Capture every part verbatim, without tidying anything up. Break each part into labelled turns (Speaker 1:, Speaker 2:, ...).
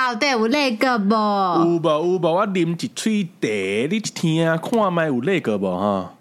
Speaker 1: 到底有那个无？
Speaker 2: 有无有无？我啉一喙茶，你听看卖有那个无哈？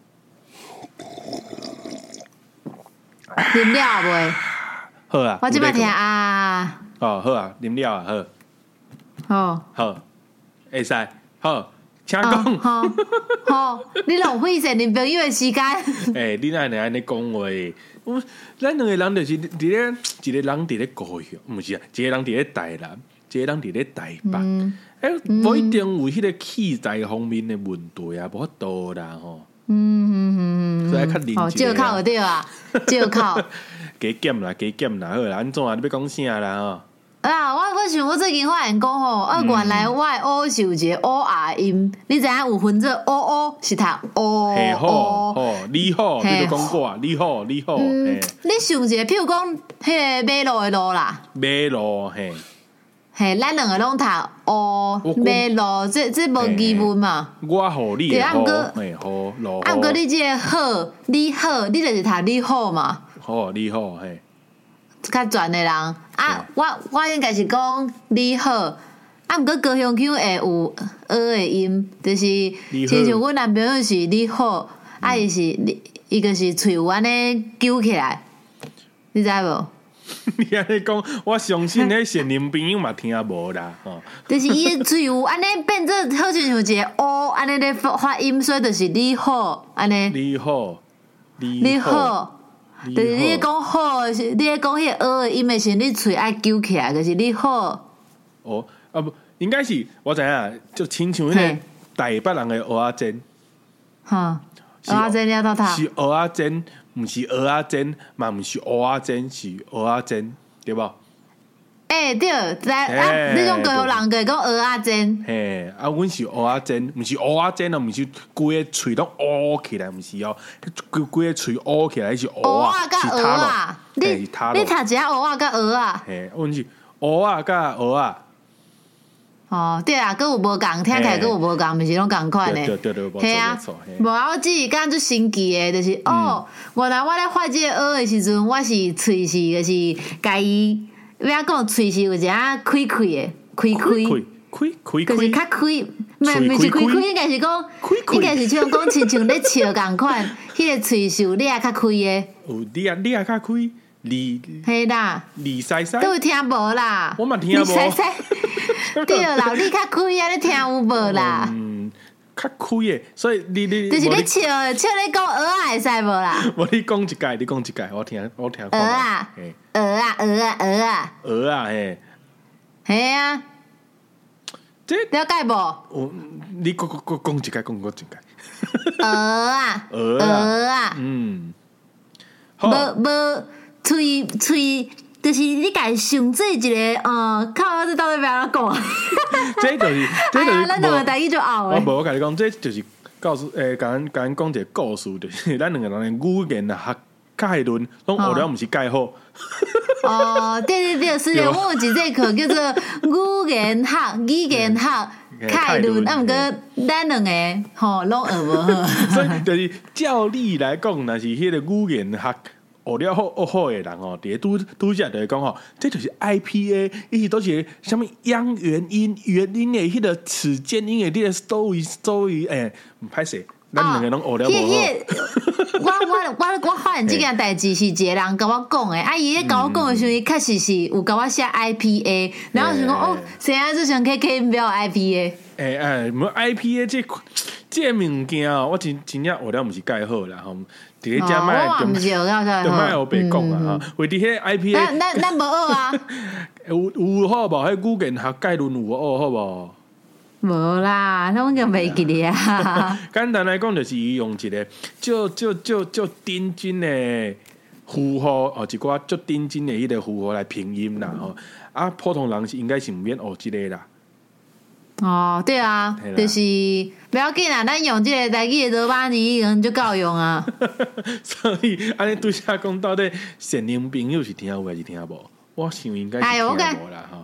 Speaker 1: 啉了未？
Speaker 2: 好啊，
Speaker 1: 我即摆听啊。
Speaker 2: 哦，好啊，啉了啊，好。
Speaker 1: 好，
Speaker 2: 好，会使，好，请讲。
Speaker 1: 好，好，你浪费成你朋友的时间。
Speaker 2: 诶，你哪能安尼讲话？我咱两个人就是伫咧，一个人伫咧高雄，毋是啊，一个人伫咧台南，一个人伫咧台北。诶，无一定有迄个器材方面的问题啊，无法度啦吼。
Speaker 1: 嗯嗯嗯，
Speaker 2: 所以较认真。
Speaker 1: 哦，借口有对啊，借口。
Speaker 2: 加减啦，加减啦，好啦，安怎啊？你要讲啥啦吼？
Speaker 1: 啊！我我想我最近发现讲吼，啊，原来我的 O 是有一个 O R 音，你知影有分做 O O 是读 O，
Speaker 2: 嘿好，好，你好，你都讲过啊，你好，你好，
Speaker 1: 嗯，你想一个，譬如讲，迄个马路的路啦，
Speaker 2: 马路嘿，
Speaker 1: 嘿，咱两个拢读 O 马路，这这无疑问嘛。
Speaker 2: 我好，你好，嘿好，路。
Speaker 1: 啊，毋过你这个好，你好，你就是读你好嘛。
Speaker 2: 好，你好，嘿。
Speaker 1: 较全的人啊，我我应该是讲你好，啊，毋过高雄腔会有呃的音，就是亲像阮男朋友是你好，啊，伊是伊个是喙有安尼揪起来，你知无？
Speaker 2: 你安尼讲，我相信迄现任朋友嘛听无啦，吼。
Speaker 1: 就是伊的喙有安尼变做好像像一个 O 安尼咧发音，所以就是你好安尼。
Speaker 2: 你好，
Speaker 1: 你好。就是你讲好，你咧讲迄个呃音的时，你喙爱揪起来，就是你好。
Speaker 2: 哦，啊不，应该是我知影，就亲像迄个台北人的蚵仔煎。
Speaker 1: 哈，蚵仔煎你要到它。
Speaker 2: 是蚵仔煎，毋是蚵仔煎，嘛毋是蚵仔煎，是蚵仔煎，对无？
Speaker 1: 诶、欸，对，来啊，你种高雄人个讲蚵仔煎。
Speaker 2: 嘿，啊，阮是蚵仔煎，毋是蚵仔煎哦，毋是规个喙拢乌起来，毋是哦，规规个喙乌起来是蚵仔，是
Speaker 1: 蚵仔，你你读一下蚵仔甲蚵仔。
Speaker 2: 嘿，阮是蚵仔甲蚵仔。
Speaker 1: 哦，对啊，佮有无共，听起来佮有无共，毋是拢共款诶。
Speaker 2: 对对对，
Speaker 1: 系啊，无啊，我只是感觉新奇诶，就是、嗯、哦，原来我咧发这个蚵诶时阵，我是喙是就是家己。要讲喙是有一只开开的，开开，
Speaker 2: 开开，
Speaker 1: 就是较开，唔系唔是开开，应该是讲，应该是像讲亲像咧笑共款，迄个喙是有裂较开的。
Speaker 2: 有裂裂较开，离
Speaker 1: 系啦，
Speaker 2: 离西西，
Speaker 1: 都有听无啦？
Speaker 2: 我嘛听无。
Speaker 1: 西西，对啦，你较开啊，你听有无啦？
Speaker 2: 嗯，较开的，所以你你
Speaker 1: 就是你笑笑咧讲蚵仔会使无啦？
Speaker 2: 无你讲一解，你讲一解，我听我听。
Speaker 1: 蚵仔，蚵仔，蚵仔，蚵仔，
Speaker 2: 蚵仔嘿，
Speaker 1: 系啊。
Speaker 2: 这
Speaker 1: 了解无？
Speaker 2: 我你讲讲讲一解，讲讲一解。
Speaker 1: 蚵啊，
Speaker 2: 蚵
Speaker 1: 蚵啊，
Speaker 2: 嗯，
Speaker 1: 无无喙喙，就是你家想做一个，呃，靠，我这到底要安怎讲啊？
Speaker 2: 这就是，这就是，
Speaker 1: 咱两个台语就拗诶。
Speaker 2: 我无我甲你讲，这就是告诉诶，甲咱甲咱讲一个故事，就是咱两个人的语言学概论，拢学了毋是介好。
Speaker 1: 哦，对对对，是的，我有一节课叫做语言学，语言学概论，啊，毋过咱两个吼拢学无好。
Speaker 2: 所以就是照理来讲，若是迄个语言学学了好学好诶人吼，伫拄拄则就会讲吼，这就是 I P A， 伊是都是啥物央元音元音诶，迄个齿间音诶，迄个周围周围诶，唔歹势。咱两个拢学了无好。
Speaker 1: 我我我我发现这件代志是一个人甲我讲诶，啊，伊咧甲我讲诶时候，伊确实是有甲我写 I P A， 然后想讲哦，谁啊就想 K K 不要 I P A。
Speaker 2: 诶诶，无 I P A 这这物件哦，我真真正学了毋是介好啦吼。伫咧遮卖就
Speaker 1: 毋是学到啥，
Speaker 2: 就卖学白讲啊哈。为伫迄 I P A，
Speaker 1: 咱咱无学啊。
Speaker 2: 有有好无？迄语言学概论有学好无？
Speaker 1: 无啦，那我就袂记哩啊。
Speaker 2: 简单来讲，就是伊用一个就就就就顶真的符号哦，一寡就顶真的迄个符号来拼音啦吼。啊，普通人是应该是毋免学即个啦。
Speaker 1: 哦，对啊，就是不要紧啦，咱用即个台语的罗马尼语就够用啊。
Speaker 2: 所以安尼对下讲，到底现任朋友是听有还是听无？我想应该是听无啦吼。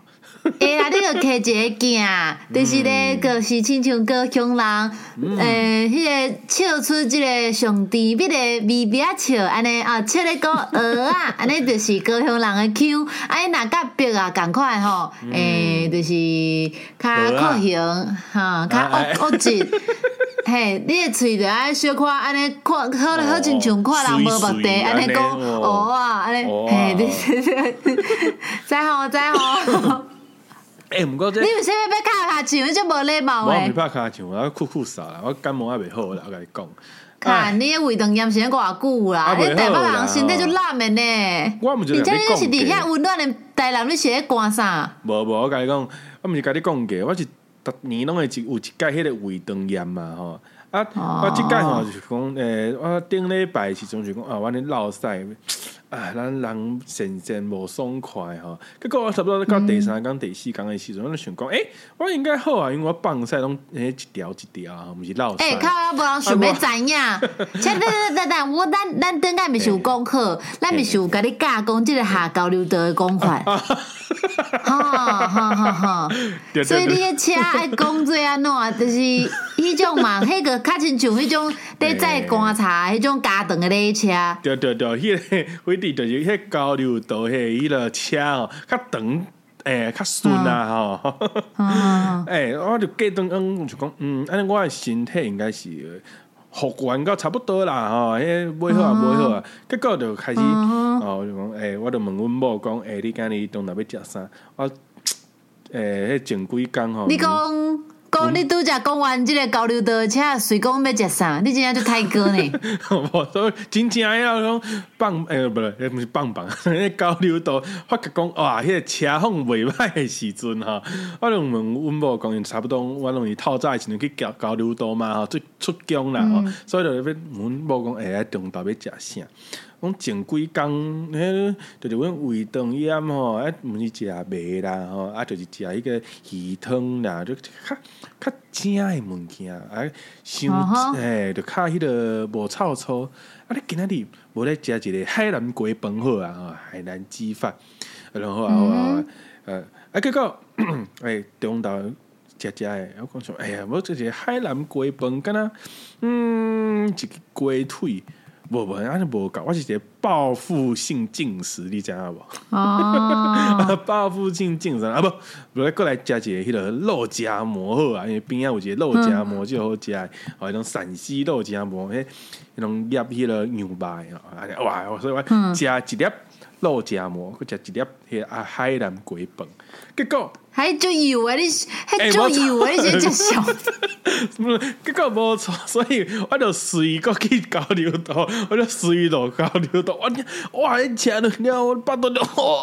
Speaker 1: 哎呀，你个摕一个镜，就是咧，就是亲像高雄人，诶，迄个笑出即个上甜蜜的微微啊笑，安尼啊，笑咧个蚵啊，安尼就是高雄人的 Q， 安尼若甲壁啊共款吼，诶，就是较酷型，哈，较恶恶质。嘿，你的喙着爱小可安尼看，好好亲像看人无目地，安尼讲哦啊，安尼，嘿，对对对，知吼知吼。
Speaker 2: 诶，毋过这
Speaker 1: 你为啥要拍骹球？你真无礼貌诶！
Speaker 2: 我袂拍骹球，我酷酷扫啦，我感冒也袂好啦，我甲你讲。
Speaker 1: 看你的胃肠炎是咧偌久啦？你台北人身体就烂的呢。
Speaker 2: 我毋是甲你
Speaker 1: 讲，你是伫遐温暖的台南，你是咧干啥？
Speaker 2: 无无，我甲你讲，我毋是甲你讲过，我是逐年拢会一有一届迄个胃肠炎嘛吼。啊，我即届吼就是讲，诶，我顶礼拜时阵就讲啊，我咧落屎。啊，咱人神神无爽快吼，结果我差不多到第三工、第四工的时阵，我就想讲，诶、欸，我应该好啊，因为我放屎拢诶一条一条，毋是落屎。
Speaker 1: 诶、欸，靠，无人想要知影。切，等等等等，我咱咱顶下毋是有功课，咱毋是有甲你教讲即个下交流道的讲法。哈哈哈哈！所以你个车爱讲做安怎，就是迄种嘛，迄个较亲像迄种在载观察迄种加长的列车。
Speaker 2: 对对对，迄、那个位置就是迄交流道迄迄个车哦，较长诶，较顺啊吼。诶，我就计当嗯，就讲嗯，安尼我的身体应该是复原到差不多啦吼，迄买好啊买好啊，结果就开始哦，就讲诶，我就问阮某讲，诶，你今日当若要食啥？我诶，迄前几工吼，
Speaker 1: 你讲。讲你拄则讲完即个交流道车，随讲要食啥？你真正就太哥呢！
Speaker 2: 我说真正要讲棒诶，不是，不是棒棒，迄交流道，我讲哇，迄个车况袂歹的时阵哈，我就问阮某讲，差不多我拢是透早的时阵去交交流道嘛，吼，出出工啦，吼、嗯，所以就要阮某讲，诶，中昼要食啥？讲前几工，迄就是阮胃肠炎吼，啊，毋是食糜啦吼，啊，就是食迄个鱼汤啦，就较较正诶物件，啊，伤诶，就较迄个无臭臭。啊，你今仔日无咧食一个海南鸡饭好啊，吼，海南鸡饭，然后啊，好啊，呃，啊，结果诶，中昼食食诶，我讲说，哎呀，无这个海南鸡饭，敢若嗯，一个鸡腿。无无，安尼无够，我是一个报复性进食，你知影无？哦，报复性进食啊，不，不来过来食一个迄个肉夹馍好啊，因为边仔有一个肉夹馍就好食，哦，迄种陕西肉夹馍，迄迄种腌迄个牛排啊，哇，所以我食一粒肉夹馍，佮食一粒迄啊海南鸡饭，结果。
Speaker 1: 还就油诶，你还就油诶，你真笑。
Speaker 2: 结果无错，所以我就随过去交流道，我就随到交流道，我哇，一吃了了，我巴肚就，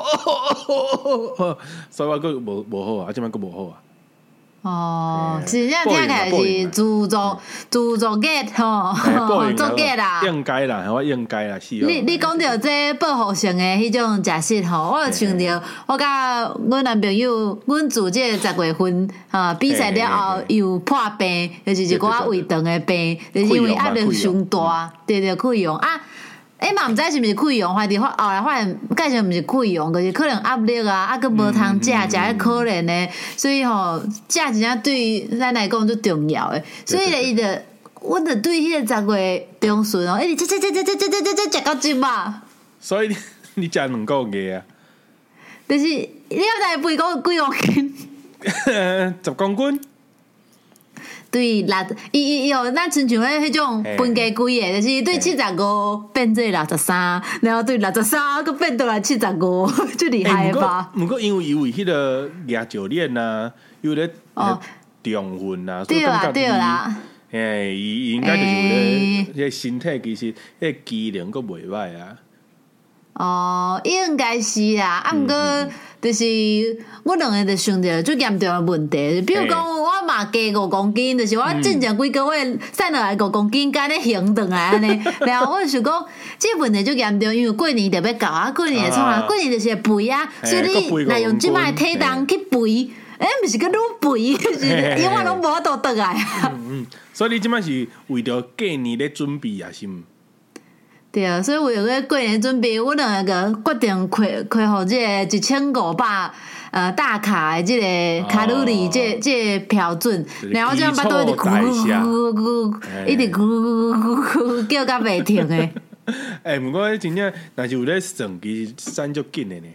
Speaker 2: 所以我个无无好啊，即摆个无好啊。
Speaker 1: 哦，真正听起来是自作自作孽吼，作孽啦，
Speaker 2: 应该啦，我应该啦，是。
Speaker 1: 你你讲到这报复性的迄种食食吼，我就想到我甲阮男朋友，阮自这十月份啊比赛了后又破病，就是一寡胃肠的病，就是因为压力伤大，对对，溃疡啊。诶嘛，毋知是毋是溃疡，反正后来发现介绍毋是溃疡，就是可能压力啊，啊，佮无通食，食迄可怜的，所以吼，食真正对咱来讲最重要诶。所以咧，伊就，我就对迄个十月中旬哦，一直食食食食食食食食食到即嘛。
Speaker 2: 所以你你食两个月啊？
Speaker 1: 就是你要知肥讲几公斤？
Speaker 2: 十公斤。
Speaker 1: 对，六伊伊有咱亲像迄迄种分家规诶，就是对七十五变做六十三，然后对六十三个变到来七十五，就厉害吧？
Speaker 2: 毋过因为伊为迄个牙石链啊，有咧重训啊，
Speaker 1: 对啦对啦，
Speaker 2: 诶，伊应该就是咧，迄个身体其实迄个机能佫袂歹啊。
Speaker 1: 哦，应该是啦，啊，毋过就是我两个就想着最严重的问题，比如讲我嘛加五公斤，就是我之前几个月瘦落来五公斤，干咧行转来安尼，然后我就想讲，这问题最严重，因为过年特别搞啊，过年会创啊，过年就是肥啊，所以你若用即摆体重去肥，诶，毋是个愈肥，就是永远拢无法度倒来啊。
Speaker 2: 嗯嗯，所以你即摆是为着过年咧准备啊，是毋？
Speaker 1: 对啊，所以为了过年准备，我两个决定开开互这个一千五百呃大卡的这个卡路里这这个标准，然后我这样巴肚一直咕咕咕咕，一直咕咕咕咕叫到袂停的。
Speaker 2: 哎，不过真正若是有咧算，其实散足紧的呢。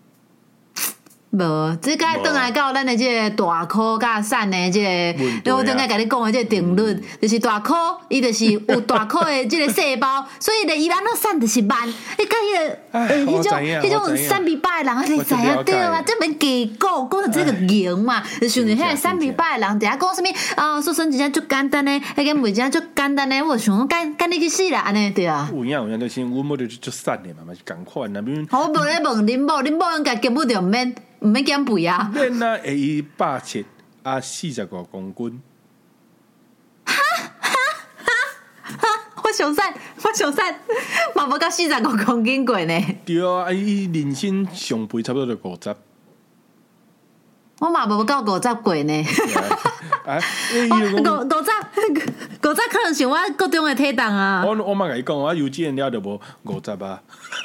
Speaker 1: 无，即个倒来到咱的即个大箍甲瘦的即个，我顶下甲你讲的即个定律，嗯、就是大箍，伊就是有大箍的即个细胞，所以咧伊安怎瘦就是慢。你甲迄个诶，迄种迄种三比八的人，你知影对啊？这免假讲，讲就这个型嘛。就想着遐三比八的人，底下讲什么啊？瘦身真正足简单诶，迄个物件足简单诶，我想讲干干你去死啦，安尼对啊。
Speaker 2: 有影有影，就是阮某就足瘦的嘛，嘛是共款啊。
Speaker 1: 我无咧问恁某，恁某应该根本就毋免。唔免减肥啊！
Speaker 2: 免啊，会一百七啊，四十五公斤。
Speaker 1: 哈哈哈！哈！我上瘦，我上瘦，嘛无到四十五公斤过呢。
Speaker 2: 对啊，伊人生上肥差不多就五十。
Speaker 1: 我嘛无到五十过呢。
Speaker 2: 啊，
Speaker 1: 五五十五十可能是我各中的体重啊。
Speaker 2: 我我嘛甲伊讲，我幼稚园了就无五十啊。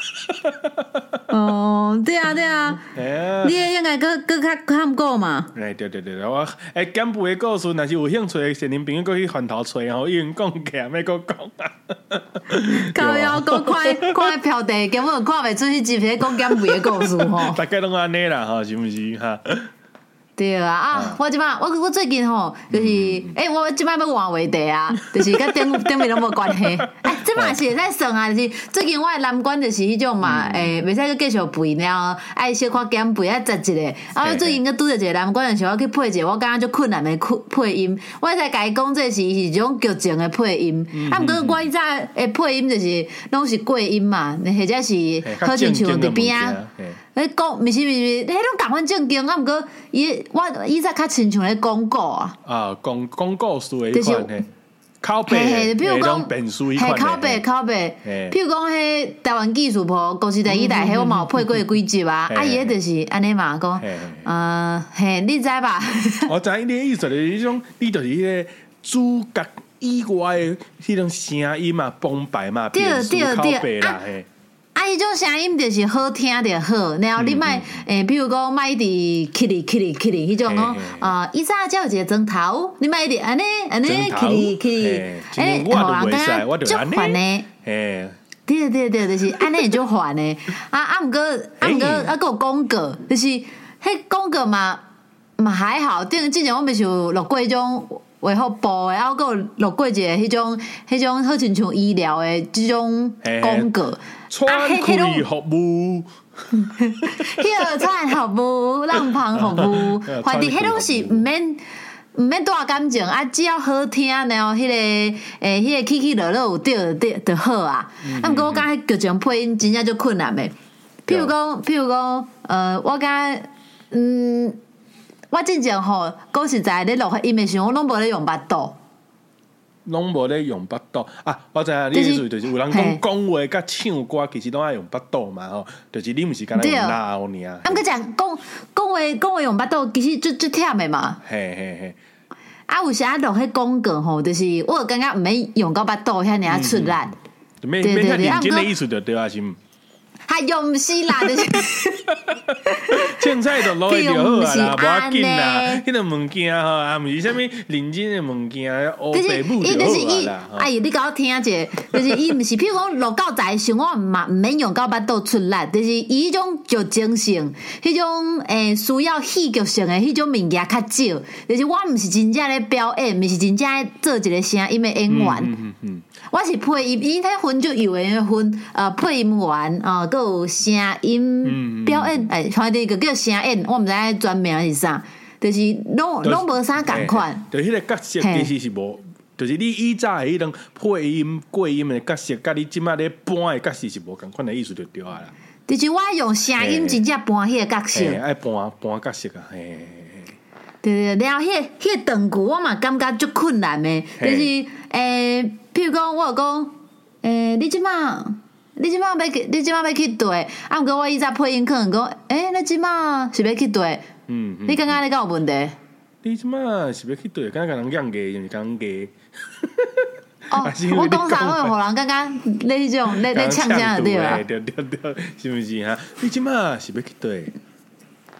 Speaker 1: 哦，对啊对啊，你应该搁搁较较过嘛。
Speaker 2: 哎，对对对，我哎减肥的故事，若是有兴趣的善人朋友，搁去翻头吹吼，已经讲起来，免搁讲啊。
Speaker 1: 靠腰搁看看标题，根本看袂出去一篇讲减肥的故事吼。
Speaker 2: 大概拢安尼啦，吼，是毋是哈？
Speaker 1: 对啊，啊，我即摆我我最近吼，就是诶、嗯欸，我即摆要换话题啊，就是甲顶顶面拢无关系。哎，即摆是会使算啊，就是最近我的男管就是迄种嘛，诶、嗯，袂使去继续肥，然后爱小可减肥，爱食一个。啊，我最近佮拄着一个男管，就是我去配一个我感觉足困难的配音，我才甲伊讲，这是是一种剧情的配音。嗯、啊，毋过我以前诶配音就是拢是过音嘛，或者是好亲像伫边啊。诶，讲毋是毋是，迄种共款正经啊，毋过伊我以前较亲像咧广告啊。
Speaker 2: 啊，讲讲故事诶迄款嘿，拷贝，
Speaker 1: 比如讲
Speaker 2: 变书迄款。
Speaker 1: 嘿，拷贝拷贝，譬如讲迄台湾技术部故事第一代，迄我嘛有配过几集啊。啊，伊迄就是安尼嘛，讲，呃，嘿，你知吧？
Speaker 2: 我知你的意思就是迄种，你就是迄个主角以外的迄种声音嘛，崩败嘛，变书拷贝啦，嘿。
Speaker 1: 啊，迄种声音就是好听就好，然后你莫诶，比如讲莫一直起哩起哩起哩，迄种讲啊，以前才有一个砖头，你莫一直安尼安尼起哩起哩，诶，互人感觉足烦呢。对对对，就是安尼足烦呢。啊啊，毋过啊毋过啊，佫有广告，就是迄广告嘛嘛还好，顶之前我咪是有录过迄种。维护部的，啊，还有录过一个迄种、迄种好亲像医疗的这种广告，
Speaker 2: 川葵服务，
Speaker 1: 迄个川服务、浪旁服务，反正迄种是毋免毋免大感情啊，只要好听，然后迄个诶，迄个起起落落有对对就好啊。啊，毋过我感觉剧情配音真正就困难诶。譬如讲，譬如讲，呃，我感觉嗯。我之前吼讲实在咧录音的时候，我拢无咧用巴肚，
Speaker 2: 拢无咧用巴肚啊！我知影你意思就是有人讲讲话甲唱歌，其实拢爱用巴肚嘛吼，就是你毋是干那用脑尔。
Speaker 1: 啊，毋过讲讲讲话讲话用巴肚，其实就就忝的嘛。
Speaker 2: 嘿嘿嘿。
Speaker 1: 啊，有时啊录迄广告吼，就是我有感觉毋免用到巴肚遐尔出力。
Speaker 2: 免免遐认真的意思就对啊，是毋？
Speaker 1: 还用毋是啦，就是
Speaker 2: 凊彩就攞就好啊啦，无要紧啦。迄个物件吼，啊，毋是啥物认真的物件，乌白母就好啊啦。
Speaker 1: 哎，你甲我听者，就是伊毋是，譬如讲录到在时，我嘛毋免用到巴肚出力，就是伊迄种剧情性，迄种诶需要戏剧性的迄种物件较少。就是我毋是真正咧表演，毋是真正做一个声音的演员。嗯嗯嗯我是配音，因迄分就有诶分，呃，配音员啊，佮、呃、有声音表演，诶、嗯，反正个叫声演，我毋知影专名是啥，就是拢拢无啥共款。
Speaker 2: 就迄、是、个角色其实是无，就是你以早诶迄种配音过音诶角色，甲你即摆咧搬诶角色是无共款诶意思就对啊啦。
Speaker 1: 就是我用声音真正搬迄个角色，
Speaker 2: 爱搬搬角色啊，嘿。
Speaker 1: 对对，然后迄、那个、迄、那个长句我嘛感觉足困难诶，就是诶。譬如讲，我有讲，诶、欸，你即马，你即马要去，你即马要去对，啊，毋过我以前配音可能讲，诶、欸，你即马是要去对，嗯，嗯你感觉你敢有问题？
Speaker 2: 你即马是要去对，敢若甲人养鸡，就是讲鸡。
Speaker 1: 哦，我讲啥会互人感觉你迄种，你你呛声就对啊，
Speaker 2: 对对对，是毋是哈？你即马是要去对？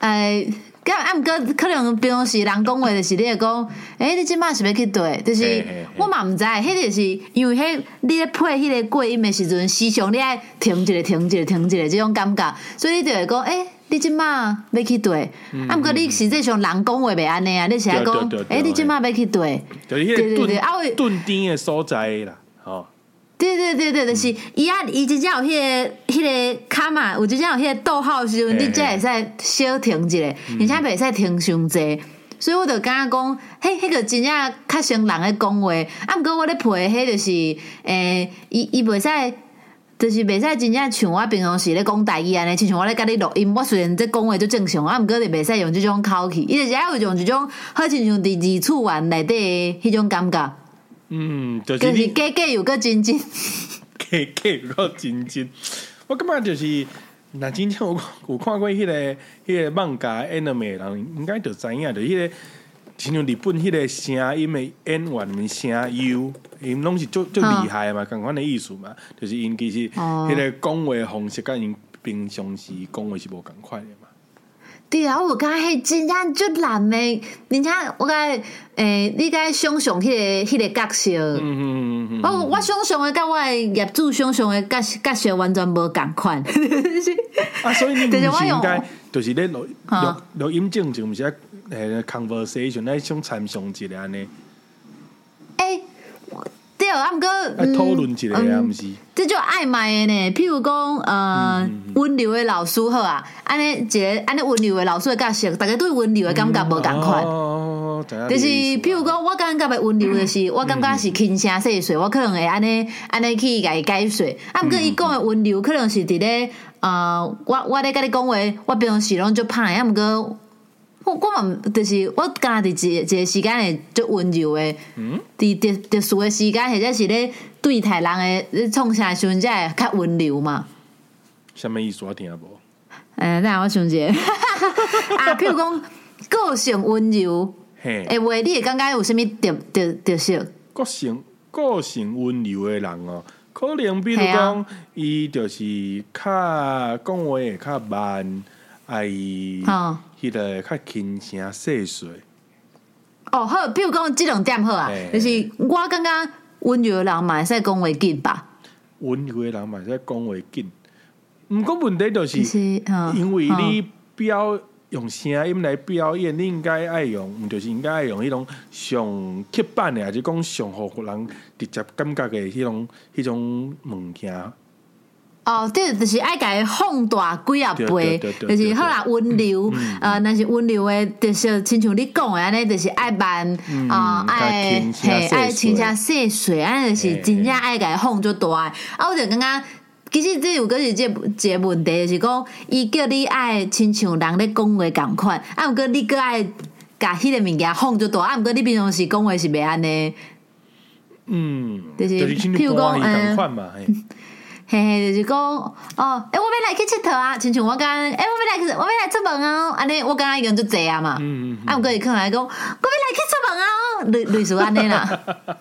Speaker 1: 诶。咁啊，毋过可能平常时人讲话就是你会讲，诶、欸，你即摆是要去对，就是嘿嘿嘿我嘛毋知，迄就是因为迄你咧配迄个过音的时阵，时常你爱停一个、停一个、停一个这种感觉，所以你就会讲，诶、欸，你即摆要去对，嗯、啊，毋过你实际上人讲话袂安尼啊，你是爱讲，诶、欸，你即摆要去对，
Speaker 2: 就是迄个顿顿点的所在啦，吼。
Speaker 1: 对对对对，就是伊啊，伊真正有迄、那个、迄、那个卡嘛，有真正有迄个逗号的时阵，你才会使小停一下，而且袂使停伤济。所以我就感觉讲，迄、迄个真正较像人咧讲话。啊，毋过我咧配迄就是，诶、欸，伊伊袂使，就是袂使真正像我平常时咧讲台语安尼，亲像我咧甲你录音，我虽然在讲话就正常，啊，毋过就袂使用即种口气，伊就是爱有用一种好亲像伫二次元内底迄种感觉。
Speaker 2: 嗯，就是
Speaker 1: 就是假假又个真真，
Speaker 2: 假假又个真真。我感觉就是，若真正有有看过迄、那个迄、那个漫画 anime 人，应该就知影，就迄、那个亲像日本迄个声音的演员们声优，因拢是足足厉害嘛，共款的意思嘛，就是因其实迄个讲话方式，甲因平常时讲话是无共款的嘛。
Speaker 1: 对啊，我感觉迄真正足难的，而且我感觉诶，你该想象迄个迄个角色，嗯嗯嗯我我想象的甲我的业主想象的角角色完全无共款。
Speaker 2: 啊，所以你毋是应该，就是咧录录录音正正，毋是诶 conversation 咧想参详一下安尼。
Speaker 1: 诶。对，啊，毋过
Speaker 2: 爱讨论一下啊，毋是？
Speaker 1: 这就暧昧的呢。譬如讲，呃，温柔的老师好啊，安尼一个安尼温柔的老师的角色，大家对温柔的感觉无共款。哦，就是譬如讲，我感觉的温柔的是，我感觉是轻声细碎，我可能会安尼安尼去甲伊解说。啊，毋过伊讲的温柔，可能是伫咧呃，我我咧甲你讲话，我平常时拢就歹，啊，毋过。我我嘛，就是我敢伫一一个时间会足温柔诶，伫特特殊诶时间，或者是咧对待人诶咧创啥时阵，才会较温柔嘛。
Speaker 2: 什么意思？我听无。
Speaker 1: 诶，等下我想者啊，譬如讲个性温柔，诶话你会感觉有啥物特特特色？
Speaker 2: 个性个性温柔诶人哦，可能比如讲，伊、啊、就是较讲话会较慢。爱迄个较轻声细碎。
Speaker 1: 哦，好，比如讲即两点好啊，就是我感觉温柔的人嘛会使讲话紧吧。
Speaker 2: 温柔的人嘛会使讲话紧，毋过问题就是，
Speaker 1: 就是
Speaker 2: 因为你表用声音来表演，你应该爱用，毋就是应该爱用迄种上刻板的，还是讲上互人直接感觉的迄种迄种物件。
Speaker 1: 哦，对，就是爱甲伊放大几啊倍，就是好啦，温柔，呃，若是温柔的，就是亲像你讲的安尼，就是爱慢啊，爱嘿，爱轻声细碎，安尼就是真正爱甲伊放足大。啊，我就感觉，其实这有个是这一个问题，就是讲，伊叫你爱亲像人咧讲话共款，啊，毋过你搁爱甲迄个物件放足大，啊，毋过你平常时讲话是袂安尼。
Speaker 2: 嗯，
Speaker 1: 就是譬如讲，
Speaker 2: 嗯。
Speaker 1: 嘿嘿，就是讲哦，诶、欸，我要来去佚佗啊！亲像我讲，诶、欸，我要来，我要来出门啊！安尼，我刚刚已经足济啊嘛。嗯嗯。啊，毋过伊可能来讲，我要来去出门啊！类类似安尼啦。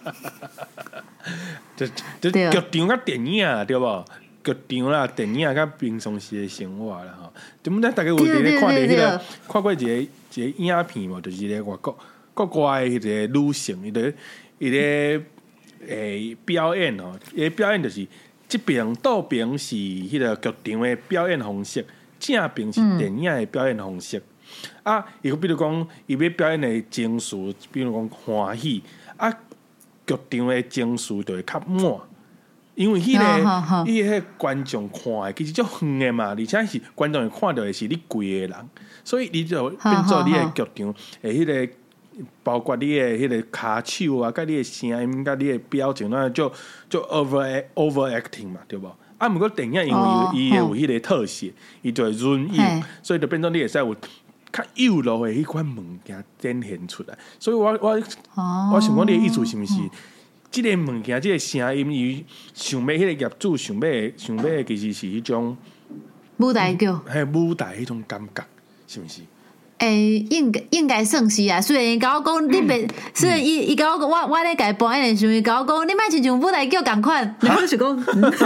Speaker 2: 就就剧场甲电影对无？剧场啦，电影甲平常时的生活啦吼。点解大家有伫咧看着迄个看过一个一个影片无？就是咧外国国外迄个女性，伊咧伊咧诶表演吼，伊表演就是。这边倒边是迄个剧场的表演方式，正边是电影的表演方式。嗯、啊，伊比如讲，伊要表演的情绪，比如讲欢喜，啊，剧场的情绪就会较满，因为迄、那个伊迄观众看的其实足远的嘛，而且是观众会看到的是你规个人，所以你就变做你的剧场诶，迄个。包括你的迄个骹手啊，甲你的声音，甲你的表情，那就就 over over acting 嘛，对无？啊，毋过电影因为伊有迄个特写，伊就会润幼，所以就变成你会使有较幼柔的迄款物件展现出来。所以我我、哦、我想讲，你的意思是毋是？即、哦、个物件，即、這個聲音，伊想要迄個業主想要想要，其實是迄種
Speaker 1: 舞台劇，
Speaker 2: 係舞台迄種感覺，是毋是？
Speaker 1: 诶、欸，应该应该算是啊。虽然伊甲我讲，你别，虽然伊伊甲我讲，我我咧家搬迄个时候，伊甲我讲，你莫亲像舞台剧共款。然后我就讲，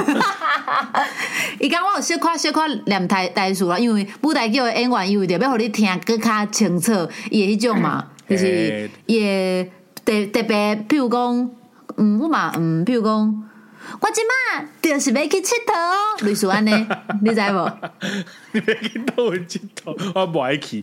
Speaker 1: 伊讲我有小可小可念台台词啦，因为舞台剧的演员伊为着要互你听更较清楚，伊的迄种嘛，就是伊的特特别，比如讲，嗯，我嘛，嗯，比如讲。我即马就是要去佚佗哦，类似安尼，你知无？
Speaker 2: 你要去倒位佚佗，我不爱去。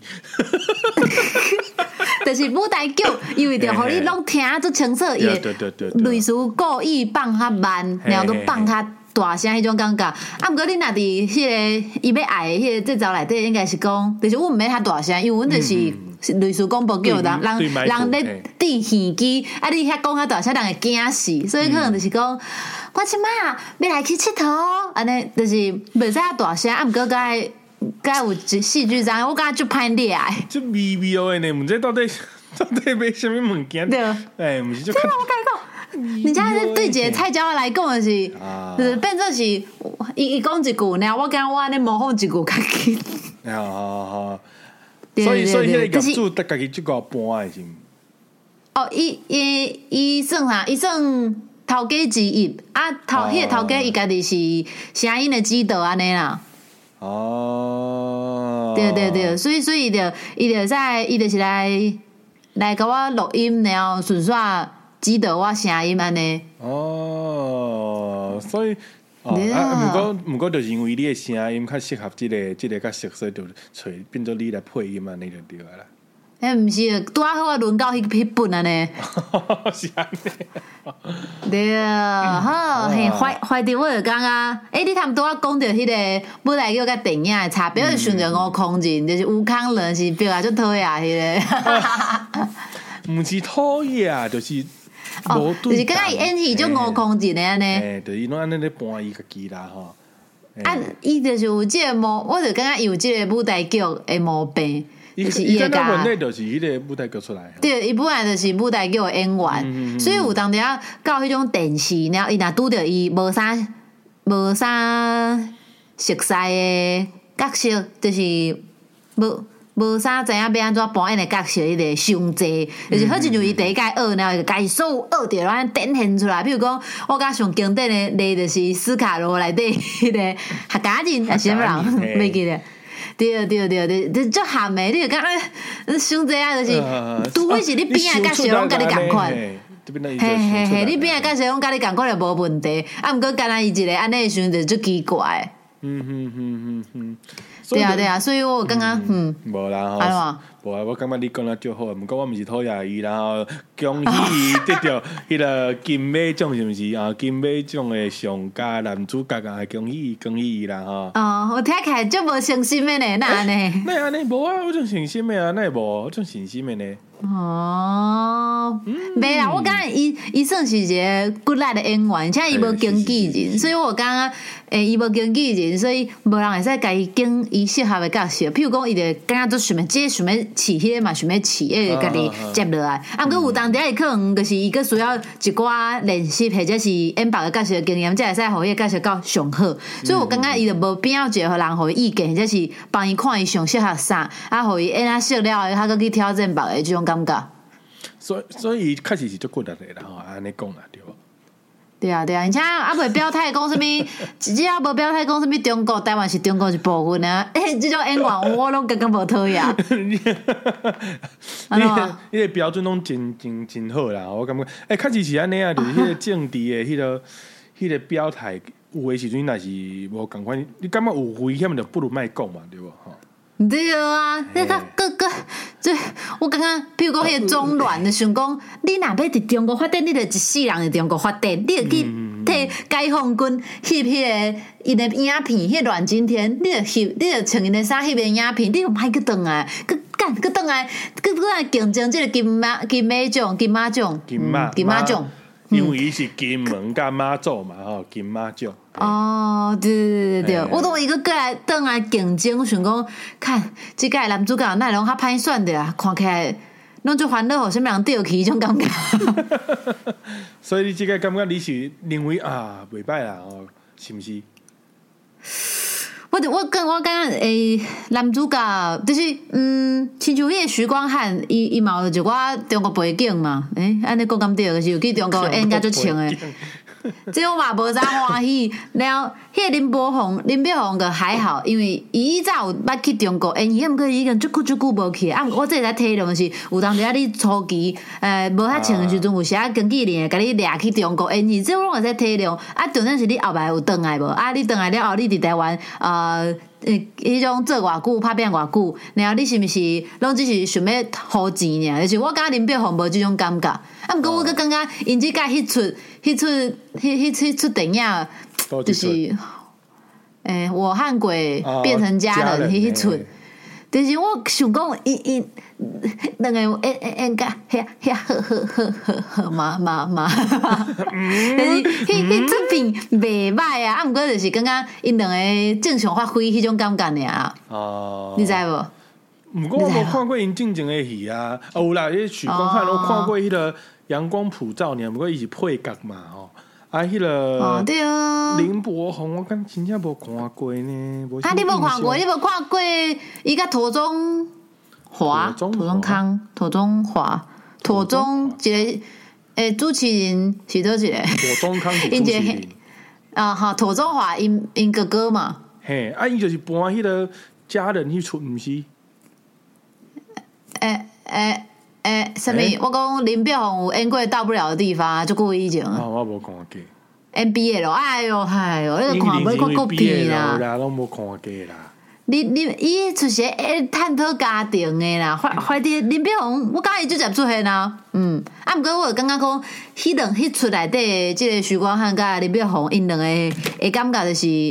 Speaker 1: 就是舞台剧，因为着互你拢听足清楚，伊类似故意放较慢，然后都放较大声迄种感觉。啊，毋过你若伫迄个伊要爱的迄个节奏内底，应该是讲，就是阮毋免较大声，因为阮就是。嗯、类似广播剧，人人人咧递耳机，啊！你遐讲较大声，人会惊死，所以可能就是讲，嗯、我即马要来去佚佗哦，安尼就是袂使遐大声，啊！毋过该该有戏剧张，我感觉就歹掠诶，
Speaker 2: 就微妙诶呢，毋知到底到底买啥物物件？对，哎，毋是就。
Speaker 1: 真的，我跟你讲，人家对一个菜鸟来讲的是，啊、就是变做是，伊伊讲一句，然后我感觉我安尼模仿一句较紧。
Speaker 2: 好好好。所以，所以迄个业主得家己即个搬诶是。
Speaker 1: 哦，伊伊伊算啥？伊算头家之一啊，头迄、哦、个头家伊家己是声音的指导安尼啦。
Speaker 2: 哦。
Speaker 1: 对对对，所以所以伊就伊就在伊就是来来甲我录音，然后顺续指导我声音安尼。
Speaker 2: 哦，所以。哦，啊，毋过毋过，就是因为你的声音较适合即、這個即、這個較熟悉，就找變做你來配音安尼就對啦。
Speaker 1: 誒，毋是，拄仔好啊，輪到迄迄本安尼。
Speaker 2: 是安尼。
Speaker 1: 對啊，好，嘿，懷懷著我就講啊，誒，你他們拄仔講着迄個舞台劇甲電影的差別，就順着吳康仁，就是吳康仁是表啊，足討厭迄
Speaker 2: 個。毋是討厭，就是。
Speaker 1: 哦，就是剛剛伊演戲就吳康仁的安尼，
Speaker 2: 誒，就是伊攏安尼咧搬伊家己啦吼。
Speaker 1: 啊，伊就是有即個毛，我就感覺有即個舞台劇的毛病，就是伊個。伊
Speaker 2: 本來就是迄個舞台劇出來。
Speaker 1: 對，伊本來就是舞台劇的演員，嗯、所以有當時啊，到迄種電視，然後伊若拄着伊無啥無啥熟悉的角色，就是無。無啥知影要安怎扮演的角色，迄個傷濟，就是好親像伊第一屆學，然後家己所有學着咱展現出來。比如講，我感覺上經典的例就是斯卡羅內底迄個客家人，還是啥物人？袂記得。對對對對，就足鹹的，你就感覺傷濟啊，就是除非是你邊個角色攏甲你共款。嘿嘿嘿，你邊個角色攏甲你共款就無問題。啊，毋過干那伊一個安尼的時陣就足奇怪。嗯嗯嗯嗯嗯。對啊對啊，所以我剛剛嗯，
Speaker 2: 無啦吼，無啊，我感覺你講得足好，毋過我毋是討厭伊，然後恭喜伊得到迄個金馬獎是毋是啊？金馬獎的上佳男主角啊，恭喜伊，恭喜伊啦吼。
Speaker 1: 哦，我聽起來足無信心的呢，那安尼？
Speaker 2: 那安尼無啊，我種信心的啊，那無，我種信心的呢。
Speaker 1: 哦，袂啦，我感覺伊伊算是一個骨力的演員，而且伊無經紀人，所以我感覺誒伊無經紀人，所以無人會使家己經伊適合的角色。譬如講，伊就感覺做想要即想要飼迄個嘛，想要飼，誒家己接落來。啊，毋過有當時伊可能就是伊個需要一寡練習，或者是演別個角色的經驗，才會使互伊個角色到上好。所以我感覺伊就無必要一個人互伊意見，或者是幫伊看伊上適合啥，啊，互伊演啊熟了，他閣去挑戰別個這種感覺。
Speaker 2: 所以所以確實是足骨力的啦吼，安尼講啦對無？
Speaker 1: 對啊對啊，而且啊袂表態講啥物，只要無表態講啥物中國台灣是中國一部分啊，誒，即種演員我攏感覺無討厭。
Speaker 2: 你你個標準攏真真真好啦，我感覺誒，確實是安尼啊，就是迄個政治的迄個迄個表態，有誒時陣若是無共款，你感覺有危險就不如莫講嘛，對無吼？
Speaker 1: 對啊，你看個個，即我感覺，比如講迄個中亂的想講，你若要佇中國發展，你著一世人佇中國發展，你著去替解放軍翕迄個因的影片，迄個阮經天，你著翕，你著穿因的衫翕個影片，你著莫去轉來，去幹去轉來，去轉來競爭即個金馬金馬獎金馬獎
Speaker 2: 金馬
Speaker 1: 金馬獎。
Speaker 2: 因為伊是金門甲媽祖嘛吼，金馬獎。
Speaker 1: 哦，對對對對，欸、我都一個過來轉來競爭，我想講，看這個男主角哪會攏較歹選的啊？看起來攏就煩惱，互什麼人釣去這種感覺。
Speaker 2: 所以你這個感覺你是認為啊，袂歹啦，哦，是毋是？
Speaker 1: 我我我跟我感觉诶，男主角就是嗯，亲像迄个徐光汉，伊伊嘛有一寡中国背景嘛，诶、欸，安尼讲敢对，就是有去中国演甲足像诶。这我嘛无啥欢喜，然后迄个林柏宏、林柏宏个还好，因为伊早有捌去中国演，伊毋过已经足久足久无去。啊，我这才体谅是，有当时啊，你初期诶无遐穿的时阵，有时啊经纪人甲你掠去中国演戏，这我拢会使体谅。啊，重点是你后摆有转来无？啊，你转来了后，你伫台湾呃。诶，迄种做偌久，拍片偌久，然后你是毋是拢只是想要好钱尔？就是我感觉林柏宏无即种感觉，啊，毋过我佫感觉因即届迄出、迄出、迄迄迄出电影，就是诶，我和鬼变成家人迄迄出。就是我想讲，因因两个演演演甲遐遐呵呵呵呵呵嘛嘛嘛，但是迄迄作品袂歹啊，啊，毋过就是感觉因两个正常发挥迄种感觉尔。哦，你知无？
Speaker 2: 毋过我无看过因正经的戏啊，哦有啦，迄许光汉我看过迄个《阳光普照》呢，毋过伊是配角嘛吼。啊，迄、那个
Speaker 1: 哦对啊，
Speaker 2: 林柏宏，我敢真正无看过呢。
Speaker 1: 啊，你无看过？你无看过？伊甲涂中华、涂中康、涂中华、涂中一个诶，主持人是倒一个？
Speaker 2: 涂中康是主持人
Speaker 1: 啊，哈，涂中华因因哥哥嘛。
Speaker 2: 嘿，啊，伊就是搬迄个家人去出，毋是？
Speaker 1: 诶诶诶，什么？我讲林柏宏有演过到不了的地方，就久以前啊。
Speaker 2: 哦，我无看过。
Speaker 1: N B A 咯，哎哟，哎哟，你看袂过国片啦，
Speaker 2: 啦，拢无看过啦。
Speaker 1: 你你伊出些诶探讨家庭诶啦，怀怀啲林柏宏，我感觉伊就接出现啊，嗯，啊，毋过我感觉讲，迄两迄出内底，即个徐光汉甲林柏宏因两个诶感觉就是，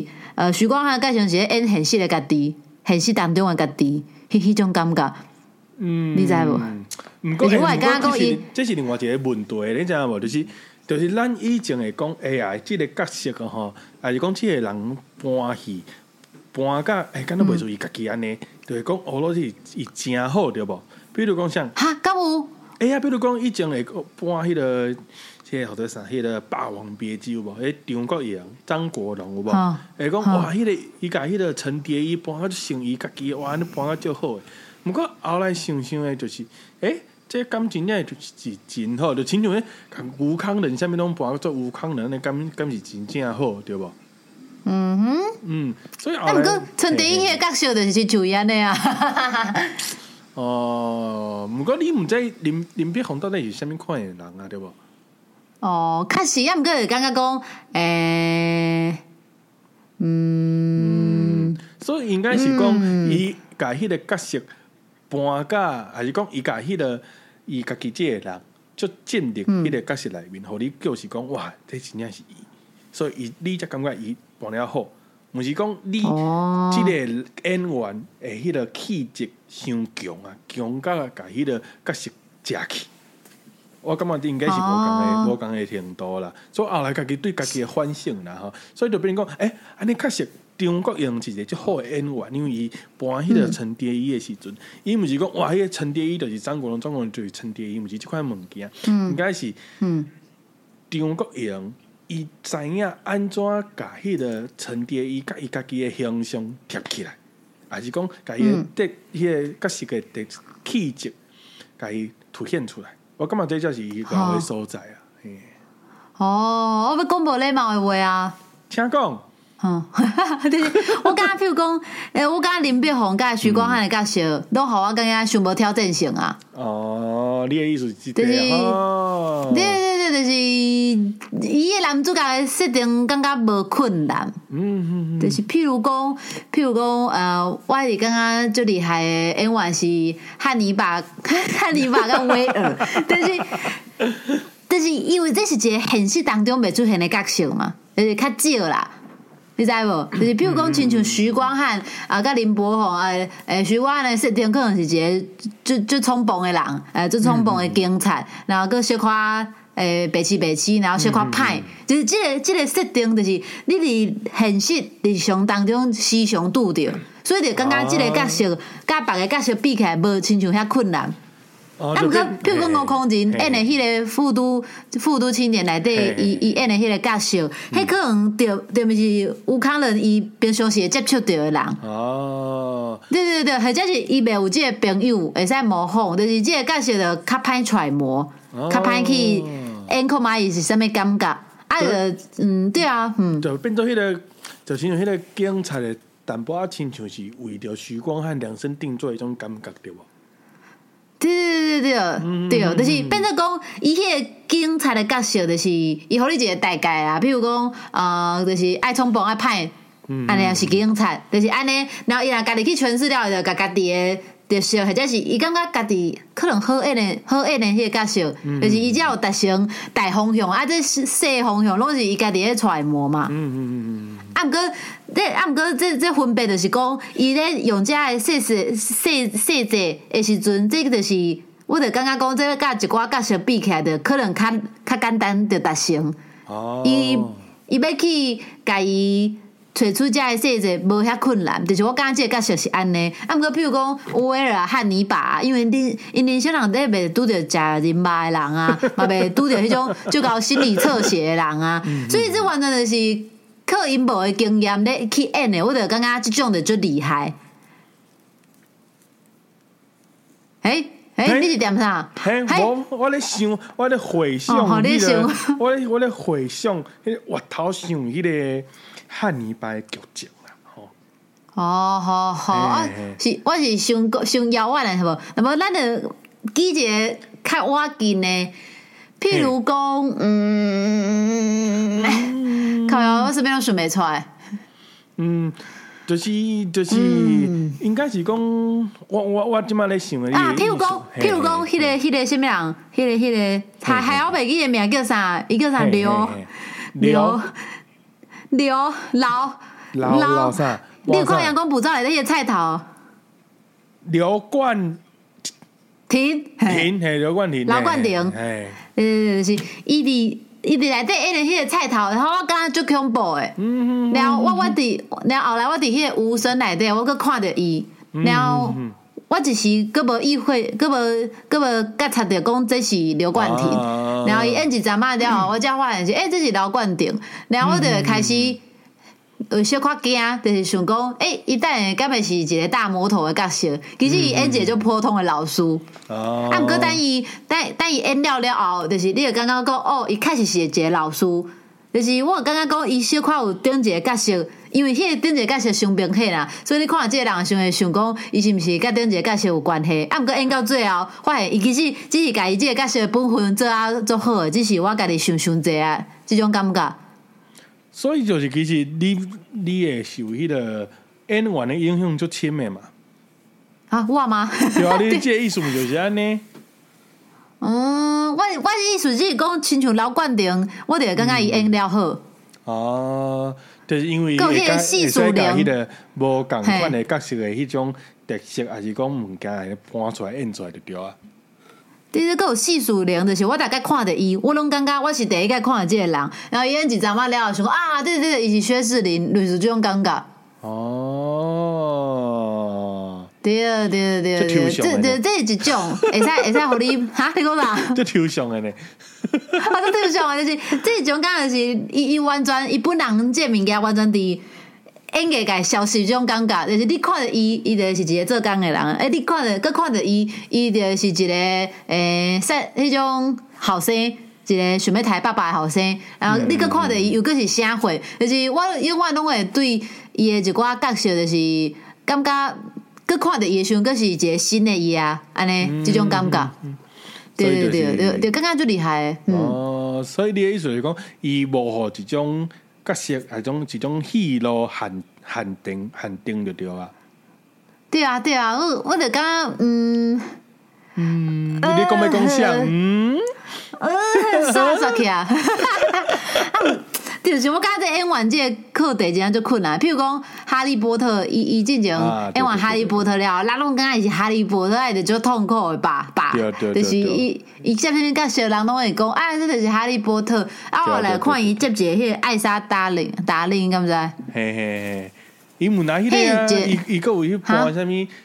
Speaker 1: 呃，徐光汉介像是演现实诶家己，现实当中诶家己，迄迄种感觉，嗯，你知无？
Speaker 2: 毋过，我感觉讲伊，这是另外一个问题，你知影无？就是。就是咱以前会讲，哎呀，即个角色个吼，还是讲即个人搬戏搬甲，哎，敢若袂注伊家己安尼，就是讲俄罗斯伊真好对无？比如讲像，
Speaker 1: 哈，敢有？
Speaker 2: 哎呀，比如讲以前会搬迄个，即个好多啥，迄个《霸王别姬》有无？迄张国荣、张国荣有无？会讲哇，迄个伊甲迄个陈蝶衣搬啊，像伊家己哇，安尼搬啊，足好诶。毋过后来想想诶，就是，诶。这感情也就是真好，就亲像迄吴康仁，啥物拢搬做吴康仁，那感感是真正好，对无？
Speaker 1: 嗯哼，
Speaker 2: 嗯，所以后
Speaker 1: 来，啊，毋过陈蝶衣迄个角色就是像伊安尼啊。
Speaker 2: 哦，毋过你毋知林林柏宏到底是啥物款诶人啊，对无？
Speaker 1: 哦，确实，啊，毋过会感觉讲，诶，嗯，
Speaker 2: 所以应该是讲伊甲迄个角色。搬甲还是讲伊甲迄个伊家己即个人，足建立迄个角色内面，互、嗯、你就是讲哇，这真正是伊，所以伊你才感觉伊搬了好，毋是讲你即个演员诶，迄个气质伤强啊，强甲甲迄个角色食去。我感觉应该是无共诶，无共诶程度啦。所以后来家己对家己诶反省啦吼，所以就变成讲，诶、欸，安尼确实。张国荣是一个足好诶演员，因为伊搬迄个陈蝶衣诶时阵，伊毋、嗯、是讲哇，迄、那個陈蝶衣就是张国荣，张国荣就是陈蝶衣，毋是即款物件，嗯、应该是张国荣伊知影安怎甲迄个陈蝶衣甲伊家己诶形象贴起来，还是讲甲伊得迄个角色诶气质，甲伊凸显出来。我感觉这才是伊好诶所在啊！
Speaker 1: 哦，我要讲无礼貌诶话啊，
Speaker 2: 请讲。
Speaker 1: 嗯，我感觉譬如讲，诶，我感觉林柏宏甲徐光汉的角色，拢互我感觉想无挑战性啊。
Speaker 2: 哦，你的意思是？
Speaker 1: 就是，
Speaker 2: 哦，
Speaker 1: 对对对，就是伊个男主角的设定感觉无困难。嗯嗯嗯。就是譬如讲，譬如讲，呃，我是感觉最厉害的演员是汉尼拔、汉尼拔跟威尔，但是，但是因为这是一个现实当中未出现的角色嘛，就是较少啦。你知无？就是比如讲，亲像徐光汉啊，甲林柏宏啊，诶，徐光汉的设定可能是一个最最冲动的人，诶，最冲动的警察，然后佮小可诶白痴白痴，然后小可歹，就是即、這個即、這個设定，就是你伫现实日常当中时常拄着，所以就感觉即个角色甲别个角色比起来，无亲像遐困难。
Speaker 2: 哦，
Speaker 1: 啊，毋过，譬如讲吴康仁演的迄个副都副都青年内底，伊伊演的迄个角色，迄可能就就毋是吴康仁伊平常时接触到的人。
Speaker 2: 哦，
Speaker 1: 对对对，或者是伊袂有即个朋友会使模仿，就是即个角色就较歹揣摩，较歹去演看卖伊是啥物感觉。啊，就嗯，对啊，嗯，
Speaker 2: 就变做迄个，就亲像迄个警察的淡薄仔亲像是为着徐光汉量身定做迄种感觉，对无？
Speaker 1: 对对对对对，对，就是变做讲，伊迄个警察的角色，就是伊互你一个大概啦，比如讲，呃，就是爱冲锋爱歹，安尼也是警察，就是安尼，然后伊若家己去诠释了，就甲家己的特色，或者是伊感觉家己可能好演的好演的迄个角色，就是伊只有达成大方向，啊，这细方向拢是伊家己咧揣摩嘛。嗯嗯嗯嗯。啊，毋过，这啊，毋过这这分别就是讲，伊咧用遮个细细细细节的时阵，这个就是我就感觉讲，这个甲一寡角色比起来，就可能较较简单就达成。哦。伊伊要去家伊。找出这个细节无遐困难，就是我感觉这个角色是安尼。啊，毋过譬如讲乌威尔啊、汉尼拔啊，因为恁因年轻人咧袂拄着食人肉的人啊，嘛袂拄着迄种就搞心理侧写的人啊，所以这完全就是靠因无的经验咧去演的，我就感觉这种就最厉害。诶、欸、诶、欸，你是点啥？
Speaker 2: 嘿，我我咧想，我咧回想迄、那个，我咧我咧回想迄个滑头想迄个。汉尼拔的剧情啦，吼。
Speaker 1: 哦，好好啊，是我是上上遥远的，是无？那么咱就举一个较晚近的，譬如讲，嗯，靠呀，我这边都想袂出来。
Speaker 2: 嗯，就是就是，嗯、应该是讲，我我我即摆咧想的啊，
Speaker 1: 譬如讲，譬如讲，迄个迄个什么人，迄个迄个，还还我袂记个名叫啥？伊叫啥？刘刘。刘老
Speaker 2: 老老啥？
Speaker 1: 你有看《阳光普照》里那些菜头？
Speaker 2: 刘冠
Speaker 1: 廷，
Speaker 2: 廷嘿，刘冠廷，
Speaker 1: 刘冠廷，
Speaker 2: 哎，
Speaker 1: 呃，是伊伫伊伫内底演的迄个菜头，然后我感觉足恐怖诶。嗯嗯。然后我我伫，然后后来我伫迄个无声内底，我搁看着伊，然后我一时搁无意会，搁无搁无觉察着讲这是刘冠廷。然后伊演一阵仔了后，我才发现是，诶、欸，这是刘冠廷。然后我就开始有小可惊，就是想讲，诶、欸，伊等下敢会是一个大魔头的角色？其实伊演一个就普通的老师。哦。啊，毋过等伊等等伊演了了后，就是你就感觉讲，哦，伊确实是一个老师。就是我感觉讲，伊小可有顶一个角色，因为迄个顶一个角色伤明显啦，所以你看这个人想会想讲，伊是毋是甲顶一个角色有关系？啊，毋过演到最后，发现伊其实只是家己这个角色的本分做啊做好的，只是我家己想伤济啊，这种感觉。
Speaker 2: 所以就是其实你你会受迄个演员的影响足深的嘛？
Speaker 1: 啊，我吗？
Speaker 2: 对啊，你这个意思就是安尼。
Speaker 1: 嗯，我我意思是讲，亲像刘冠廷，我就感觉伊演了好。
Speaker 2: 哦，就是因为
Speaker 1: 会使细数
Speaker 2: 迄个无共款的角色的迄种特色，还是讲物件搬出来演出来就对啊。
Speaker 1: 对对，还有细数零，就是我大概看着伊，我拢感觉我是第一个看着这个人，然后伊演一阵仔了后，想讲啊，对对对，伊是薛仕凌，类似这种感觉。哦。对对对对，这这这是一种，会使会使互你哈？你讲啥？
Speaker 2: 这抽象的呢？
Speaker 1: 啊，这抽象的就是这种感觉是，伊伊完全伊本人这物件完全伫演艺界消失这种感觉，就是你看着伊，伊就是一个做工的人，诶，你看着，佮看着伊，伊就是一个诶，说迄种后生。一个想要抬爸爸的后生，然后你佮看着伊，又佮是社会，就是我永远拢会对伊的一寡角色，就是感觉。佮看着伊的时候，佮是一个新的伊啊，安尼这种感觉，对对对对，就感觉最厉害。
Speaker 2: 哦，所以你的意思是讲，伊无互一种角色，还种一种戏路限限定限定就对啊。
Speaker 1: 对啊对啊，我我就感觉嗯
Speaker 2: 嗯，你讲要讲啥？嗯，
Speaker 1: 呃，刷刷起啊。就是我感觉演完这个课题真就困难，譬如讲《哈利波特》，伊伊进前演完《哈利波特》了，咱拢感觉是《哈利波特》就就痛苦的吧吧，就是伊伊这边甲小人拢会讲，啊，这就是《哈利波特》，啊，我来看伊接一个迄个艾莎达令达令，敢不知？
Speaker 2: 嘿嘿嘿，伊问哪迄个啊？伊伊个有去播啥物？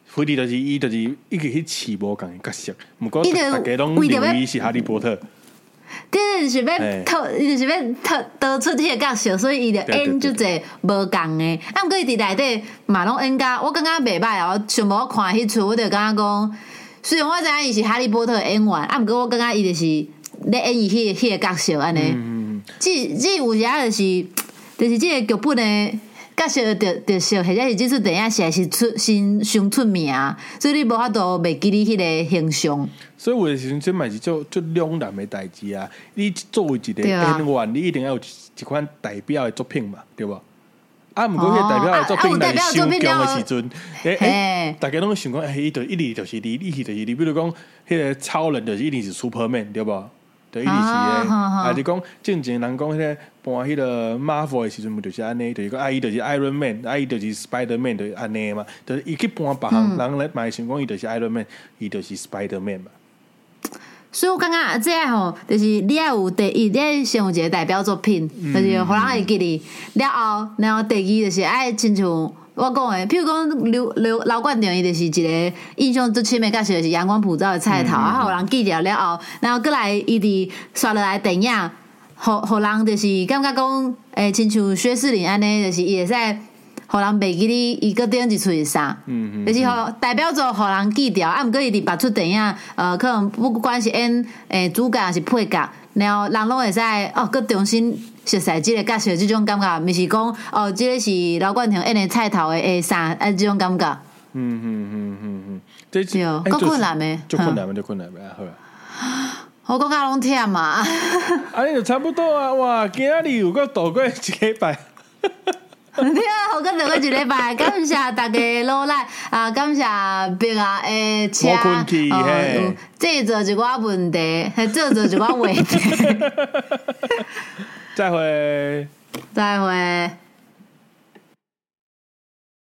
Speaker 2: 菲利就是伊就是一直去试无共的角色，毋过大家拢认为是哈利波特。
Speaker 1: 对，就是要透，就是要透得出迄个角色，所以伊就演就侪无共的。啊，毋过伊伫内底嘛拢演甲，我感觉袂歹哦。想无我看迄出，我就感觉讲，虽然我知影伊是哈利波特的演员，啊，毋过我感觉伊就是咧演伊迄个迄个角色安尼。嗯，即即有时啊，就是就是即个剧本的角色着着熟，或者是即出电影实在是出先上出名，所以你无法度袂记你迄个形象。
Speaker 2: 所以有的时阵，这嘛是做做两难的代志啊！你作为一个演员，你一定要有一款代表的作品嘛，对吧？啊，毋过迄个代表的作品来上强的时阵，诶、哦、诶，大家拢想讲，诶，伊就一直就是你，一直就是你，比如讲，迄个超人就是一定是 Superman， 对吧？就一定是诶，啊，就讲正经人讲迄个搬迄个 Marvel 的时阵，就是安尼，就是讲啊，伊就是 Iron Man， 啊，伊就是 Spider Man， 就是安尼嘛，就是伊去搬别项人来嘛，想讲伊就是 Iron Man， 伊就是 Spider Man 嘛。
Speaker 1: 所以我感觉这个吼，就是你要有第一，你要先有一个代表作品，嗯、就是互人会记你。了后，然后第二就是爱亲像我讲的，譬如讲刘刘老馆长，伊就是一个印象最深的角色，就是阳光普照的菜头，嗯、啊，互人记了了后，然后过来伊伫刷落来电影，互互人就是感觉讲，诶，亲像薛仕凌安尼，就是伊会使。互人袂记你，伊个顶一出是啥？嗯嗯，就是互代表作互人记掉。啊，毋过伊伫别出电影，呃，可能不管是演诶主角还是配角，然后人拢会使哦，佮重新熟悉即个角色，即种感觉，毋是讲哦，即个是老冠廷演的菜头的诶啥，啊，即种感觉。嗯嗯嗯嗯嗯，这对，够困难诶，
Speaker 2: 就困难诶，就困难诶，好
Speaker 1: 啊。我讲甲拢忝嘛。
Speaker 2: 啊，你就差不多啊！哇，今仔日有够度过一礼拜。
Speaker 1: 对啊，好，跟两个一礼拜，感谢大家努力啊！感谢别啊诶车，呃，制造一寡问题，制造一寡话题。
Speaker 2: 再会，
Speaker 1: 再会。